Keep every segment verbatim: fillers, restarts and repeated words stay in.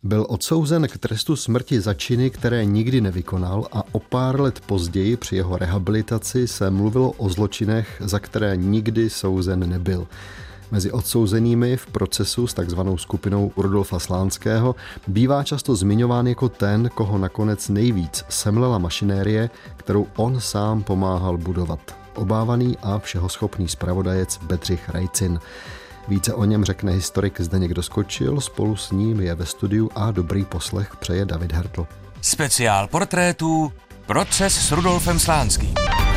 Byl odsouzen k trestu smrti za činy, které nikdy nevykonal, a o pár let později při jeho rehabilitaci se mluvilo o zločinech, za které nikdy souzen nebyl. Mezi odsouzenými v procesu s takzvanou skupinou Rudolfa Slánského bývá často zmiňován jako ten, koho nakonec nejvíc semlela mašinérie, kterou on sám pomáhal budovat. Obávaný a všehoschopný zpravodajec Bedřich Rajcin. Více o něm řekne historik Zdeněk Doskočil, spolu s ním je ve studiu a dobrý poslech přeje David Hertl. Speciál portrétů Proces s Rudolfem Slánským.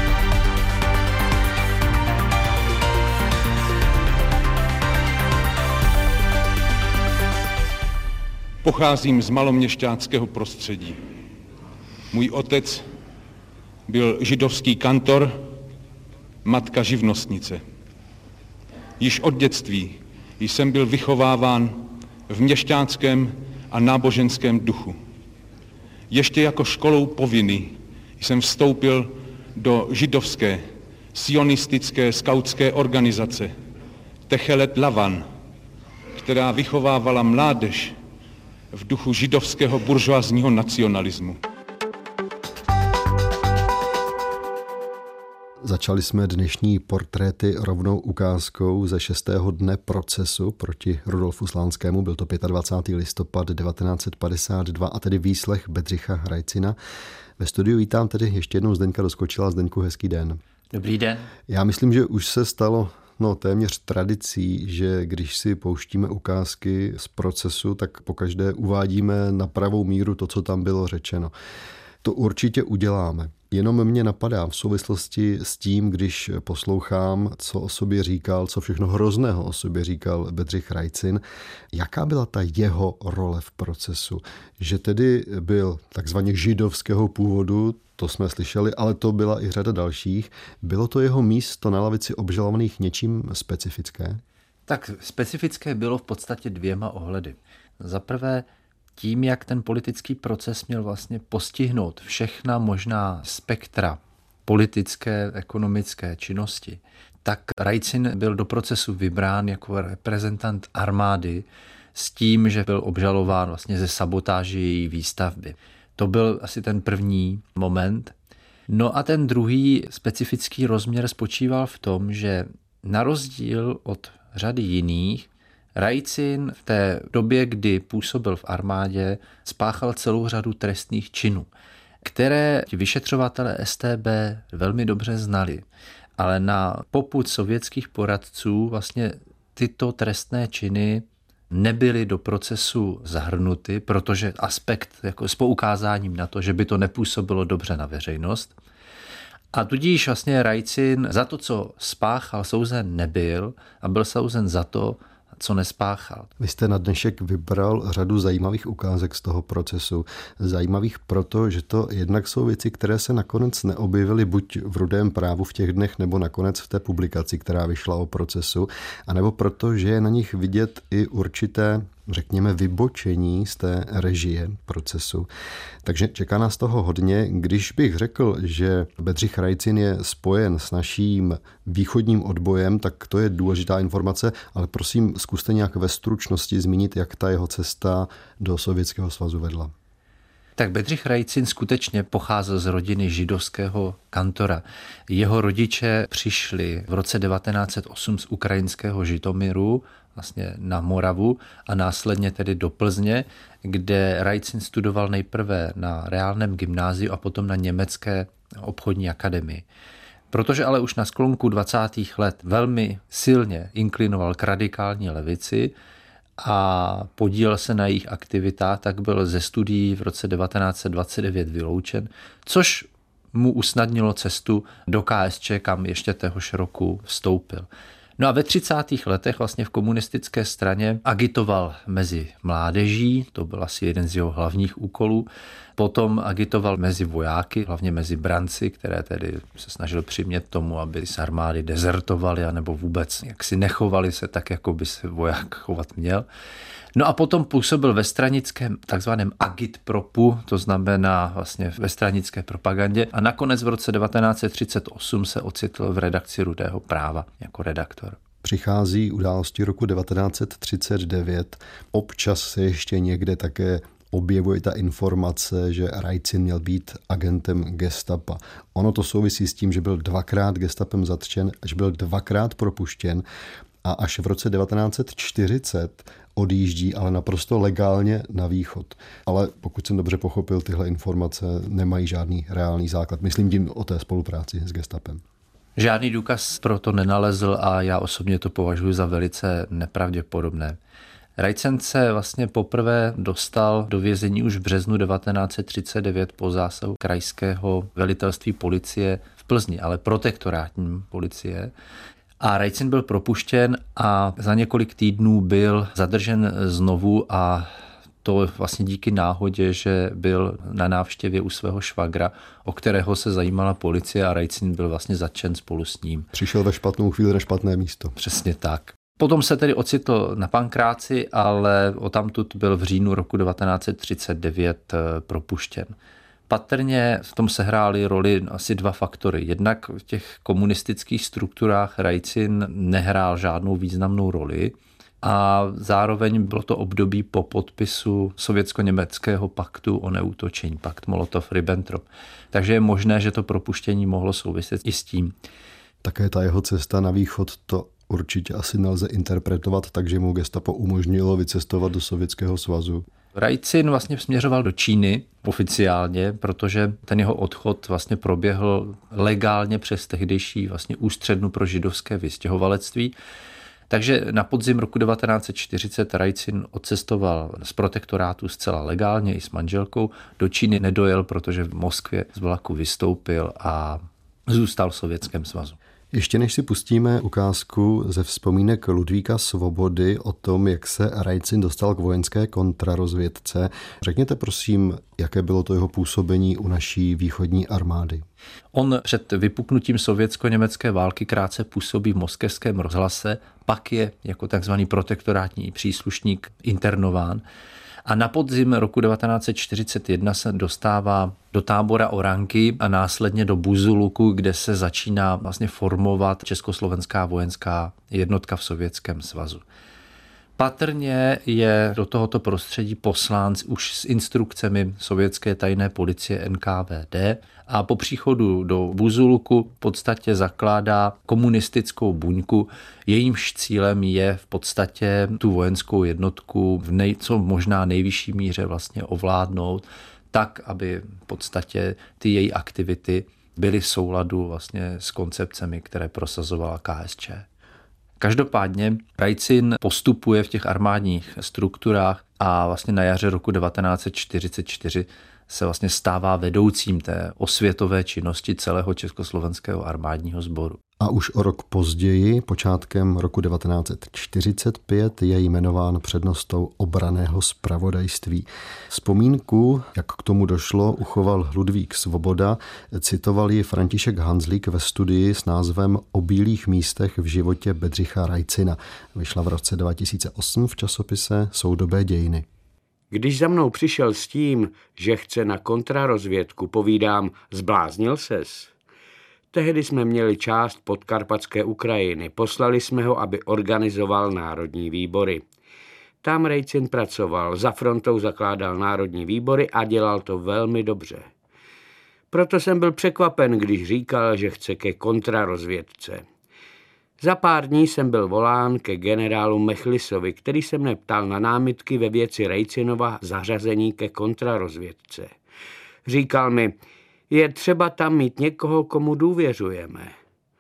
Pocházím z maloměšťáckého prostředí. Můj otec byl židovský kantor, matka živnostnice. Již od dětství jsem byl vychováván v měšťáckém a náboženském duchu. Ještě jako školou povinný jsem vstoupil do židovské sionistické skautské organizace Techelet Lavan, která vychovávala mládež v duchu židovského buržoazního nacionalismu. Začali jsme dnešní portréty rovnou ukázkou ze šestého dne procesu proti Rudolfu Slánskému. Byl to dvacátého pátého listopad devatenáct set padesát dva a tedy výslech Bedřicha Rajcina. Ve studiu vítám tedy ještě jednou Zdeňka Doskočila. Zdeňku, hezký den. Dobrý den. Já myslím, že už se stalo no, téměř tradicí, že když si pouštíme ukázky z procesu, tak pokaždé uvádíme na pravou míru to, co tam bylo řečeno. To určitě uděláme. Jenom mě napadá v souvislosti s tím, když poslouchám, co o sobě říkal, co všechno hrozného o sobě říkal Bedřich Rajcin, jaká byla ta jeho role v procesu. Že tedy byl takzvaně židovského původu, to jsme slyšeli, ale to byla i řada dalších. Bylo to jeho místo na lavici obžalovaných něčím specifické? Tak specifické bylo v podstatě dvěma ohledy. Za prvé, tím, jak ten politický proces měl vlastně postihnout všechna možná spektra politické, ekonomické činnosti, tak Rajcin byl do procesu vybrán jako reprezentant armády s tím, že byl obžalován vlastně ze sabotáži její výstavby. To byl asi ten první moment. No a ten druhý specifický rozměr spočíval v tom, že na rozdíl od řady jiných, Rajcin v té době, kdy působil v armádě, spáchal celou řadu trestných činů, které vyšetřovatelé S T B velmi dobře znali. Ale na popud sovětských poradců vlastně tyto trestné činy nebyly do procesu zahrnuty, protože aspekt jako s poukázáním na to, že by to nepůsobilo dobře na veřejnost. A tudíž vlastně Rajcin za to, co spáchal, souzen nebyl a byl souzen za to, co nespáchal. Vy jste na dnešek vybral řadu zajímavých ukázek z toho procesu. Zajímavých proto, že to jednak jsou věci, které se nakonec neobjevily buď v Rudém právu v těch dnech, nebo nakonec v té publikaci, která vyšla o procesu, anebo proto, že je na nich vidět i určité, řekněme, vybočení z té režie procesu. Takže čeká nás toho hodně. Když bych řekl, že Bedřich Rajcin je spojen s naším východním odbojem, tak to je důležitá informace, ale prosím, zkuste nějak ve stručnosti zmínit, jak ta jeho cesta do Sovětského svazu vedla. Tak Bedřich Rajcin skutečně pocházel z rodiny židovského kantora. Jeho rodiče přišli v roce devatenáct set osm z ukrajinského Žitomiru vlastně na Moravu a následně tedy do Plzně, kde Rajcin studoval nejprve na reálném gymnáziu a potom na německé obchodní akademii. Protože ale už na sklonku dvacátých let velmi silně inklinoval k radikální levici a podílel se na jejich aktivitách, tak byl ze studií v roce devatenáct set dvacet devět vyloučen, což mu usnadnilo cestu do K S Č, kam ještě téhož roku vstoupil. No a ve třicátých letech vlastně v komunistické straně agitoval mezi mládeží, to byl asi jeden z jeho hlavních úkolů, potom agitoval mezi vojáky, hlavně mezi branci, které tedy se snažil přimět tomu, aby z armády dezertovali, anebo vůbec jaksi nechovali se tak, jako by se voják chovat měl. No a potom působil ve stranickém takzvaném agitpropu, to znamená vlastně ve stranické propagandě a nakonec v roce devatenáct set třicet osm se ocitl v redakci Rudého práva jako redaktor. Přichází události roku devatenáct set třicet devět. Občas se ještě někde také objevuje ta informace, že Rajcin měl být agentem gestapa. Ono to souvisí s tím, že byl dvakrát gestapem zatčen, že byl dvakrát propuštěn a až v roce devatenáct set čtyřicet odjíždí, ale naprosto legálně na východ. Ale pokud jsem dobře pochopil, tyhle informace nemají žádný reálný základ. Myslím tím o té spolupráci s gestapem. Žádný důkaz pro to nenalezl a já osobně to považuji za velice nepravděpodobné. Rajcen se vlastně poprvé dostal do vězení už v březnu devatenáct set třicet devět po zásahu krajského velitelství policie v Plzni, ale protektorátní policie. A Rajcin byl propuštěn a za několik týdnů byl zadržen znovu a to vlastně díky náhodě, že byl na návštěvě u svého švagra, o kterého se zajímala policie a Rajcin byl vlastně zatčen spolu s ním. Přišel ve špatnou chvíli na špatné místo. Přesně tak. Potom se tedy ocitl na Pankráci, ale odtamtud byl v říjnu roku devatenáct set třicet devět propuštěn. Patrně v tom sehrály roli asi dva faktory. Jednak v těch komunistických strukturách Rajcin nehrál žádnou významnou roli a zároveň bylo to období po podpisu sovětsko-německého paktu o neútočení, pakt Molotov-Ribbentrop. Takže je možné, že to propuštění mohlo souviset i s tím. Také ta jeho cesta na východ to určitě asi nelze interpretovat, takže mu gestapo umožnilo vycestovat do Sovětského svazu. Rajcin vlastně směřoval do Číny oficiálně, protože ten jeho odchod vlastně proběhl legálně přes tehdejší vlastně ústřednu pro židovské vystěhovalectví. Takže na podzim roku devatenáct set čtyřicet Rajcin odcestoval z protektorátu zcela legálně i s manželkou. Do Číny nedojel, protože v Moskvě z vlaku vystoupil a zůstal v Sovětském svazu. Ještě než si pustíme ukázku ze vzpomínek Ludvíka Svobody o tom, jak se Rajcin dostal k vojenské kontrarozvědce, řekněte prosím, jaké bylo to jeho působení u naší východní armády. On před vypuknutím sovětsko-německé války krátce působí v moskevském rozhlase, pak je jako takzvaný protektorátní příslušník internován. A na podzim roku devatenáct set čtyřicet jedna se dostává do tábora Oranky a následně do Buzuluku, kde se začíná vlastně formovat československá vojenská jednotka v Sovětském svazu. Patrně je do tohoto prostředí poslán už s instrukcemi sovětské tajné policie N K V D a po příchodu do Buzuluku v podstatě zakládá komunistickou buňku. Jejímž cílem je v podstatě tu vojenskou jednotku v nej, co možná nejvyšší míře vlastně ovládnout, tak, aby v podstatě ty její aktivity byly v souladu vlastně s koncepcemi, které prosazovala K S Č. Každopádně Rajcin postupuje v těch armádních strukturách a vlastně na jaře roku devatenáct set čtyřicet čtyři se vlastně stává vedoucím té osvětové činnosti celého československého armádního sboru. A už o rok později, počátkem roku devatenáct set čtyřicet pět, je jmenován přednostou obranného zpravodajství. Vzpomínku, jak k tomu došlo, uchoval Ludvík Svoboda, citoval ji František Hanzlík ve studii s názvem O bílých místech v životě Bedřicha Rajcina. Vyšla v roce dva tisíce osm v časopise Soudobé dějiny. Když za mnou přišel s tím, že chce na kontrarozvědku, povídám, zbláznil ses? Tehdy jsme měli část podkarpatské Ukrajiny. Poslali jsme ho, aby organizoval národní výbory. Tam Rajcin pracoval, za frontou zakládal národní výbory a dělal to velmi dobře. Proto jsem byl překvapen, když říkal, že chce ke kontrarozvědce. Za pár dní jsem byl volán ke generálu Mechlisovi, který se mne ptal na námitky ve věci Rajcinova zařazení ke kontrarozvědce. Říkal mi, je třeba tam mít někoho, komu důvěřujeme.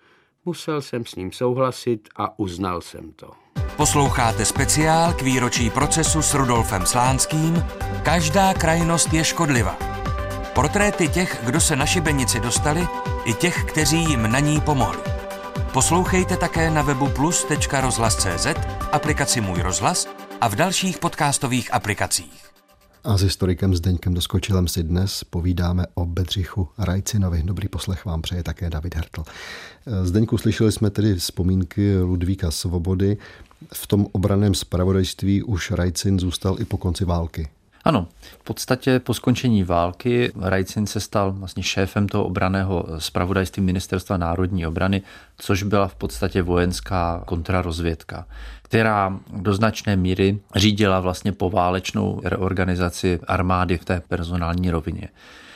Musel jsem s ním souhlasit a uznal jsem to. Posloucháte speciál k výročí procesu s Rudolfem Slánským Každá krajnost je škodliva. Portréty těch, kdo se na šibenici dostali, i těch, kteří jim na ní pomohli. Poslouchejte také na webu plus tečka rozhlas tečka cé zet, aplikaci Můj rozhlas a v dalších podcastových aplikacích. A s historikem Zdeňkem Doskočilem si dnes povídáme o Bedřichu Rajcinovi. Dobrý poslech vám přeje také David Hertl. Zdeňku, slyšeli jsme tedy vzpomínky Ludvíka Svobody. V tom obranném zpravodajství už Rajcin zůstal i po konci války. Ano, v podstatě po skončení války Rajcin se stal vlastně šéfem toho obranného zpravodajství Ministerstva národní obrany, což byla v podstatě vojenská kontrarozvědka, která do značné míry řídila vlastně poválečnou reorganizaci armády v té personální rovině.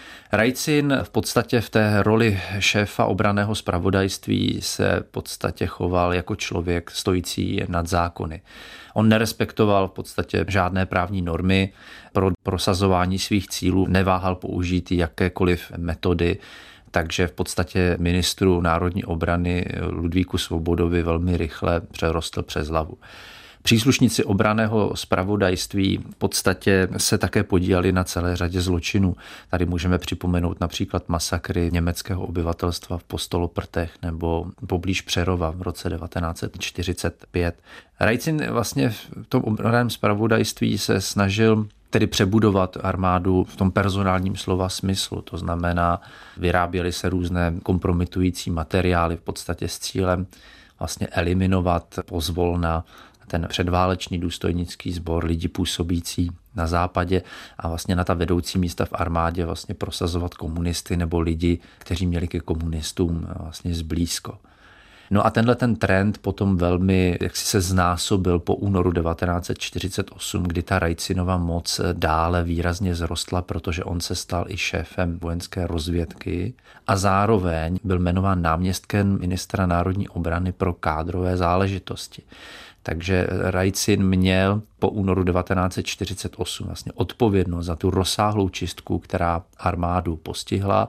Rajcin v podstatě v té roli šéfa obranného zpravodajství se v podstatě choval jako člověk stojící nad zákony. On nerespektoval v podstatě žádné právní normy, pro prosazování svých cílů neváhal použít jakékoliv metody, takže v podstatě ministru národní obrany Ludvíku Svobodovi velmi rychle přerostl přes hlavu. Příslušníci obranného zpravodajství v podstatě se také podíleli na celé řadě zločinů. Tady můžeme připomenout například masakry německého obyvatelstva v Postoloprtech nebo poblíž Přerova v roce devatenáct set čtyřicet pět. Rajcin vlastně v tom obranném zpravodajství se snažil tedy přebudovat armádu v tom personálním slova smyslu. To znamená, vyráběly se různé kompromitující materiály v podstatě s cílem vlastně eliminovat pozvolna ten předválečný důstojnický sbor lidí působící na západě a vlastně na ta vedoucí místa v armádě vlastně prosazovat komunisty nebo lidi, kteří měli ke komunistům vlastně zblízko. No a tenhle ten trend potom velmi jaksi se znásobil po únoru devatenáct set čtyřicet osm, kdy ta Rajcinova moc dále výrazně zrostla, protože on se stal i šéfem vojenské rozvědky a zároveň byl jmenován náměstkem ministra národní obrany pro kádrové záležitosti. Takže Rajcin měl po únoru devatenáct set čtyřicet osm vlastně odpovědnost za tu rozsáhlou čistku, která armádu postihla,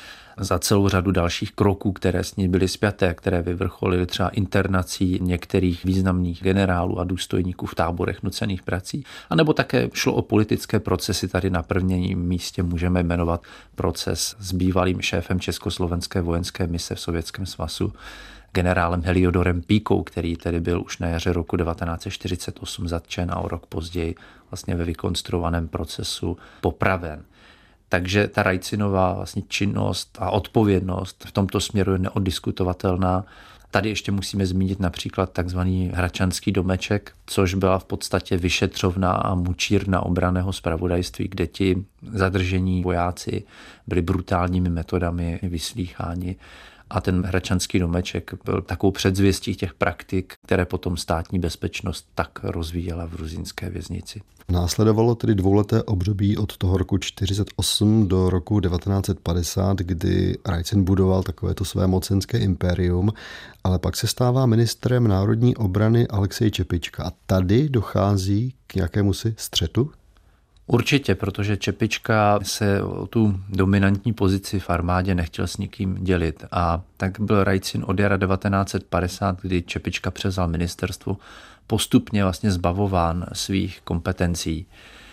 za celou řadu dalších kroků, které s ní byly spjaté, které vyvrcholily třeba internací některých významných generálů a důstojníků v táborech nucených prací. A nebo také šlo o politické procesy. Tady na prvním místě můžeme jmenovat proces s bývalým šéfem Československé vojenské mise v Sovětském svazu, generálem Heliodorem Píkou, který tedy byl už na jaře roku devatenáct set čtyřicet osm zatčen a o rok později vlastně ve vykonstruovaném procesu popraven. Takže ta Rajcinová vlastně činnost a odpovědnost v tomto směru je neoddiskutovatelná. Tady ještě musíme zmínit například takzvaný Hradčanský domeček, což byla v podstatě vyšetřovna a mučírna obranného zpravodajství, kde ti zadržení vojáci byli brutálními metodami vyslýcháni. A ten Hradčanský domeček byl takovou předzvěstí těch praktik, které potom státní bezpečnost tak rozvíjela v gruzínské věznici. Následovalo tedy dvouleté období od toho roku čtyřicet osm do roku devatenáct set padesát, kdy Rajcin budoval takovéto své mocenské impérium, ale pak se stává ministrem národní obrany Alexej Čepička. A tady dochází k jakémusi střetu? Určitě, protože Čepička se o tu dominantní pozici v armádě nechtěl s nikým dělit a tak byl Rajcin od jara devatenáct set padesát, kdy Čepička převzal ministerstvo, postupně vlastně zbavován svých kompetencí.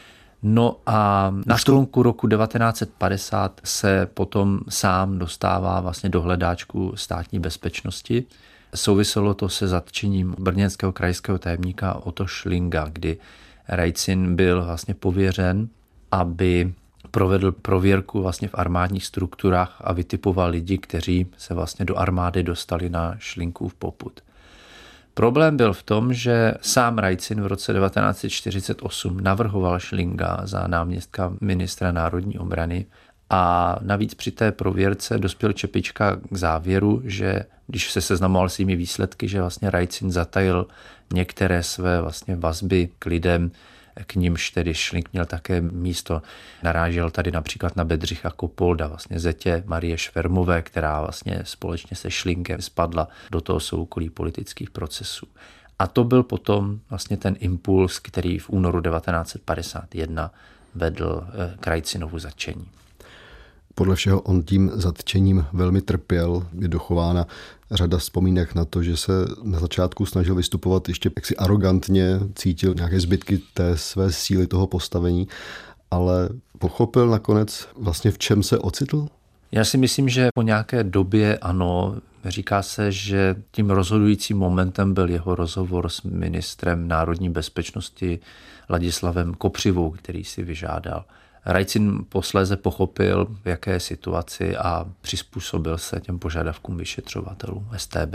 No a na sklonku roku devatenáct set padesát se potom sám dostává vlastně do hledáčku státní bezpečnosti. Souviselo to se zatčením brněnského krajského tajemníka Otto Schlinga, kdy Rajcin byl vlastně pověřen, aby provedl prověrku vlastně v armádních strukturách a vytipoval lidi, kteří se vlastně do armády dostali na Schlinkův popud. Problém byl v tom, že sám Rajcin v roce devatenáct set čtyřicet osm navrhoval Schlinga za náměstka ministra národní obrany a navíc při té prověrce dospěl Čepička k závěru, že když se seznamoval svými výsledky, že vlastně Rajcin zatajil některé své vlastně vazby k lidem, k nímž tedy Schling měl také místo. Narážel tady například na Bedřicha Kopolda, vlastně zetě Marie Švermové, která vlastně společně se Schlingem spadla do toho soukolí politických procesů. A to byl potom vlastně ten impuls, který v únoru devatenáct set padesát jedna vedl k Rajcinovu zatčení. Podle všeho on tím zatčením velmi trpěl. Je dochována řada vzpomínek na to, že se na začátku snažil vystupovat ještě jaksi arrogantně, cítil nějaké zbytky té své síly toho postavení, ale pochopil nakonec vlastně, v čem se ocitl? Já si myslím, že po nějaké době ano. Říká se, že tím rozhodujícím momentem byl jeho rozhovor s ministrem národní bezpečnosti Ladislavem Kopřivou, který si vyžádal. Rajcin posléze pochopil, v jaké situaci a přizpůsobil se těm požadavkům vyšetřovatelů S T B.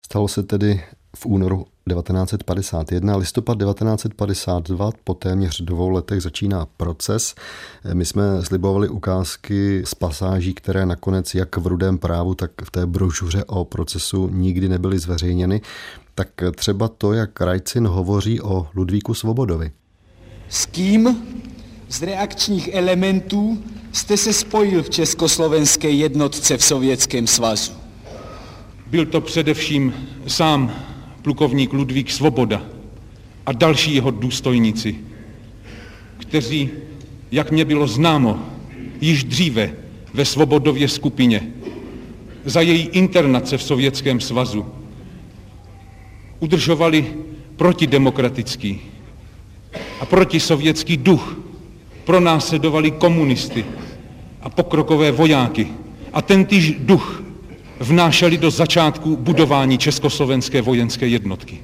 Stalo se tedy v únoru devatenáct set padesát jedna, listopad devatenáct set padesát dva, po téměř dvou letech začíná proces. My jsme slibovali ukázky z pasáží, které nakonec jak v Rudém právu, tak v té brožuře o procesu nikdy nebyly zveřejněny. Tak třeba to, jak Rajcin hovoří o Ludvíku Svobodovi. S kým z reakčních elementů jste se spojil v československé jednotce v Sovětském svazu? Byl to především sám plukovník Ludvík Svoboda a další jeho důstojníci, kteří, jak mě bylo známo, již dříve ve Svobodově skupině za její internace v Sovětském svazu udržovali protidemokratický a protisovětský duch, pronásledovali komunisty a pokrokové vojáky a tentýž duch vnášeli do začátku budování československé vojenské jednotky.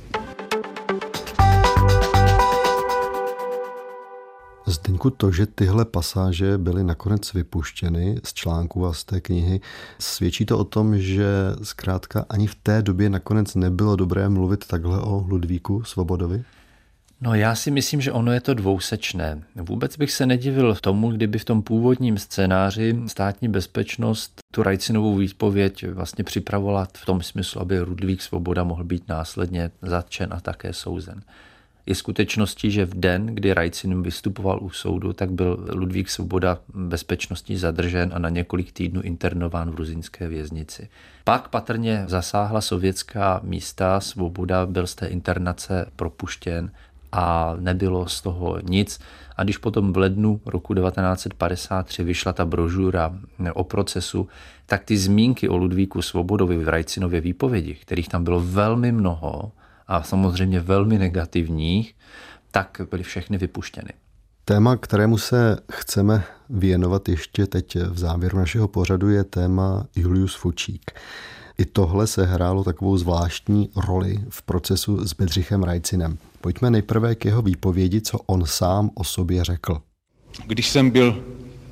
Zdeňku, to, že tyhle pasáže byly nakonec vypuštěny z článků a z té knihy, svědčí to o tom, že zkrátka ani v té době nakonec nebylo dobré mluvit takhle o Ludvíku Svobodovi? No já si myslím, že ono je to dvousečné. Vůbec bych se nedivil v tomu, kdyby v tom původním scénáři Státní bezpečnost tu Rajcinovou výpověď vlastně připravovala v tom smyslu, aby Ludvík Svoboda mohl být následně zatčen a také souzen. Je skutečností, že v den, kdy Rajcin vystupoval u soudu, tak byl Ludvík Svoboda bezpečností zadržen a na několik týdnů internován v ruzinské věznici. Pak patrně zasáhla sovětská místa, Svoboda byl z té internace propuštěn a nebylo z toho nic. A když potom v lednu roku devatenáct set padesát tři vyšla ta brožura o procesu, tak ty zmínky o Ludvíku Svobodovi v Rajcinově výpovědi, kterých tam bylo velmi mnoho a samozřejmě velmi negativních, tak byly všechny vypuštěny. Téma, kterému se chceme věnovat ještě teď v závěru našeho pořadu, je téma Julius Fučík. I tohle se hrálo takovou zvláštní roli v procesu s Bedřichem Rajcinem. Pojďme nejprve k jeho výpovědi, co on sám o sobě řekl. Když jsem byl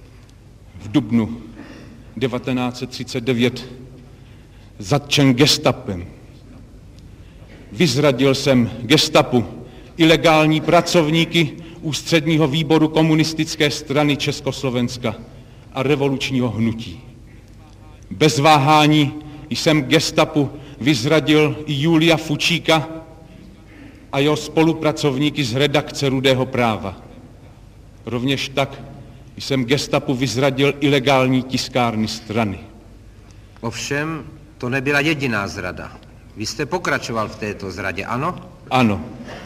v dubnu devatenáct set třicet devět zatčen gestapem, vyzradil jsem gestapu ilegální pracovníky Ústředního výboru komunistické strany Československa a revolučního hnutí. Bez váhání jsem gestapu vyzradil i Julia Fučíka a jeho spolupracovníky z redakce Rudého práva. Rovněž tak jsem gestapu vyzradil ilegální tiskárny strany. Ovšem, to nebyla jediná zrada. Vy jste pokračoval v této zradě, ano? Ano.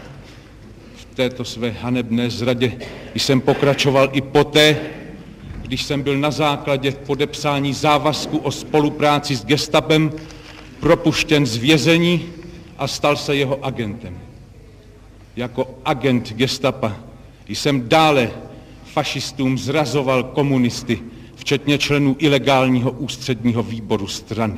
V této své hanebné zradě jsem pokračoval i poté, když jsem byl na základě podepsání závazku o spolupráci s gestapem propuštěn z vězení a stal se jeho agentem. Jako agent gestapa jsem dále fašistům zrazoval komunisty, včetně členů ilegálního ústředního výboru strany.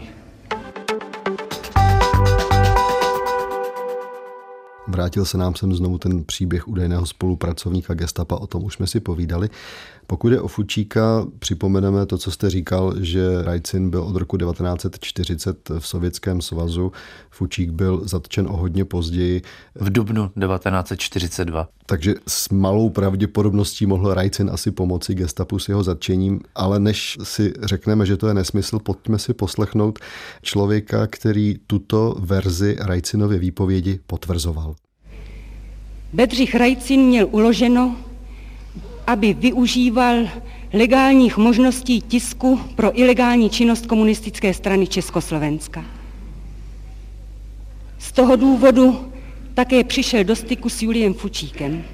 Vrátil se nám sem znovu ten příběh údajného spolupracovníka gestapa, o tom už jsme si povídali. Pokud je o Fučíka, připomeneme to, co jste říkal, že Rajcin byl od roku devatenáct set čtyřicet v Sovětském svazu. Fučík byl zatčen o hodně později. V dubnu devatenáct set čtyřicet dva. Takže s malou pravděpodobností mohl Rajcin asi pomoci gestapu s jeho zatčením, ale než si řekneme, že to je nesmysl, pojďme si poslechnout člověka, který tuto verzi Rajcinovy výpovědi potvrzoval. Bedřich Rajcin měl uloženo, aby využíval legálních možností tisku pro ilegální činnost komunistické strany Československa. Z toho důvodu také přišel do styku s Juliem Fučíkem.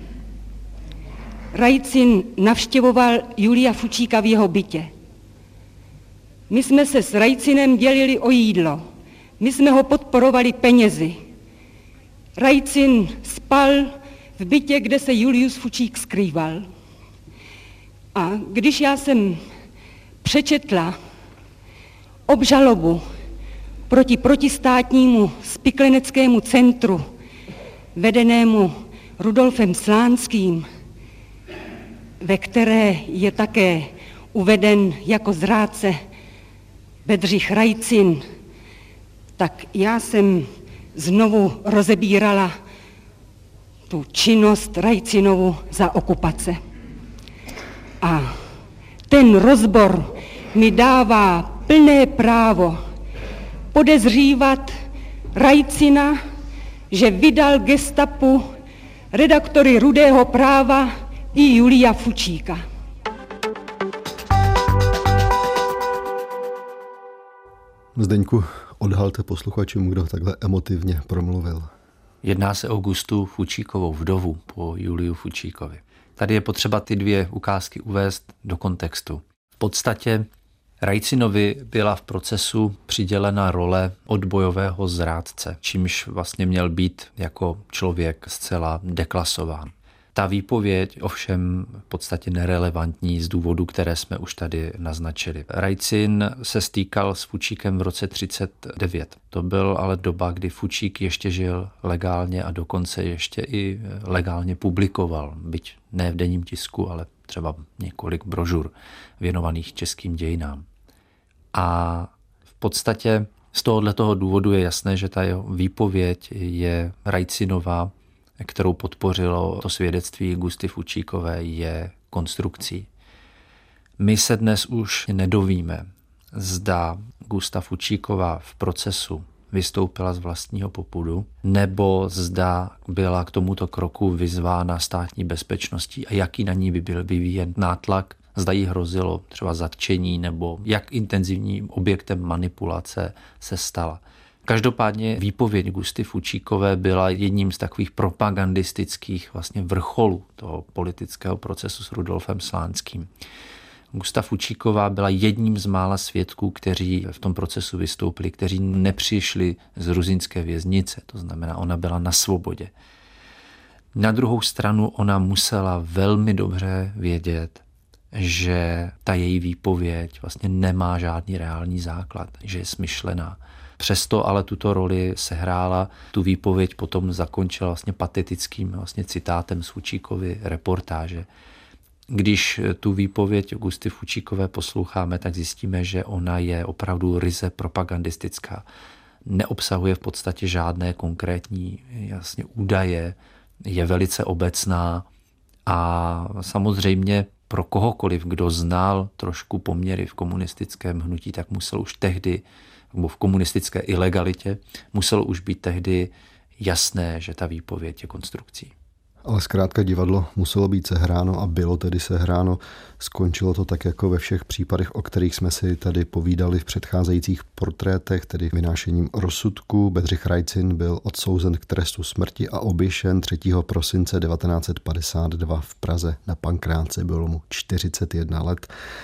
Rajcin navštěvoval Julia Fučíka v jeho bytě. My jsme se s Rajcinem dělili o jídlo. My jsme ho podporovali penězi. Rajcin spal v bytě, kde se Julius Fučík skrýval. A když já jsem přečetla obžalobu proti protistátnímu spikleneckému centru, vedenému Rudolfem Slánským, ve které je také uveden jako zrádce Bedřich Rajcin, tak já jsem znovu rozebírala tu činnost Rajcinovu za okupace. A ten rozbor mi dává plné právo podezřívat Rajcina, že vydal gestapu redaktory Rudého práva i Julia Fučíka. Zdeňku, odhalte posluchačům, kdo takhle emotivně promluvil. Jedná se o Gustu Fučíkovou, vdovu po Juliu Fučíkovi. Tady je potřeba ty dvě ukázky uvést do kontextu. V podstatě Rajcinovi byla v procesu přidělena role odbojového zrádce, čímž vlastně měl být jako člověk zcela deklasován. Ta výpověď ovšem v podstatě nerelevantní z důvodu, které jsme už tady naznačili. Rajcin se stýkal s Fučíkem v roce třicet devět. To byl ale doba, kdy Fučík ještě žil legálně a dokonce ještě i legálně publikoval, byť ne v denním tisku, ale třeba několik brožur věnovaných českým dějinám. A v podstatě z tohoto důvodu je jasné, že ta jeho výpověď je Rajcinová, kterou podpořilo to svědectví Gusty Fučíkové, je konstrukcí. My se dnes už nedovíme, zda Gusta Fučíková v procesu vystoupila z vlastního popudu, nebo zda byla k tomuto kroku vyzvána státní bezpečností a jaký na ní by byl vyvíjen nátlak, zda jí hrozilo třeba zatčení, nebo jak intenzivním objektem manipulace se stala. Každopádně výpověď Gusty Fučíkové byla jedním z takových propagandistických vlastně vrcholů toho politického procesu s Rudolfem Slánským. Gusta Fučíková byla jedním z mála svědků, kteří v tom procesu vystoupili, kteří nepřišli z ruzinské věznice, to znamená, ona byla na svobodě. Na druhou stranu ona musela velmi dobře vědět, že ta její výpověď vlastně nemá žádný reálný základ, že je smyšlená. Přesto ale tuto roli sehrála, tu výpověď potom zakončila vlastně patetickým vlastně citátem z Fučíkovy reportáže. Když tu výpověď Gusty Fučíkové posloucháme, tak zjistíme, že ona je opravdu ryze propagandistická. Neobsahuje v podstatě žádné konkrétní jasně údaje, je velice obecná a samozřejmě pro kohokoliv, kdo znal trošku poměry v komunistickém hnutí, tak musel už tehdy, nebo v komunistické ilegalitě, muselo už být tehdy jasné, že ta výpověď je konstrukcí. Ale zkrátka divadlo muselo být sehráno a bylo tedy sehráno. Skončilo to tak jako ve všech případech, o kterých jsme si tady povídali v předcházejících portrétech, tedy vynášením rozsudku. Bedřich Rajcin byl odsouzen k trestu smrti a oběšen třetího prosince devatenáct set padesát dva v Praze na Pankránce. Bylo mu čtyřicet jedna let.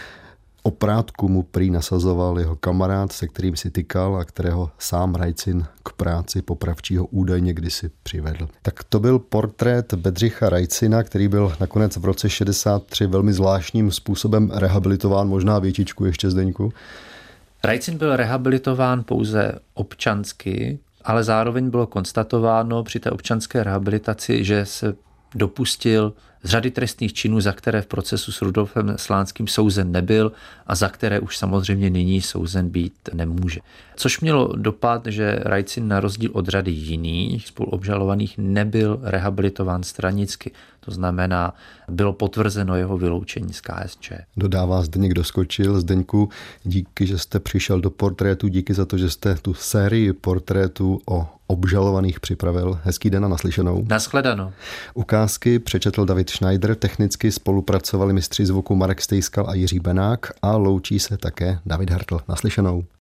Oprátku mu prý nasazoval jeho kamarád, se kterým si tykal a kterého sám Rajcin k práci popravčího údajně kdysi přivedl. Tak to byl portrét Bedřicha Rajcina, který byl nakonec v roce šedesát tři velmi zvláštním způsobem rehabilitován, možná větičku ještě, Zdeňku. Rajcin byl rehabilitován pouze občansky, ale zároveň bylo konstatováno při té občanské rehabilitaci, že se dopustil z řady trestných činů, za které v procesu s Rudolfem Slánským souzen nebyl a za které už samozřejmě nyní souzen být nemůže. Což mělo dopad, že Rajcin na rozdíl od řady jiných spoluobžalovaných nebyl rehabilitován stranicky. To znamená, bylo potvrzeno jeho vyloučení z K S Č. Dodává Zdeněk Doskočil. Zdeňku, díky, že jste přišel do portrétu, díky za to, že jste tu sérii portrétů o obžalovaných připravil. Hezký den a naslyšenou. Nashledanou. Ukázky přečetl David Schneider, technicky spolupracovali mistři zvuku Marek Stejskal a Jiří Benák a loučí se také David Hartl. Naslyšenou.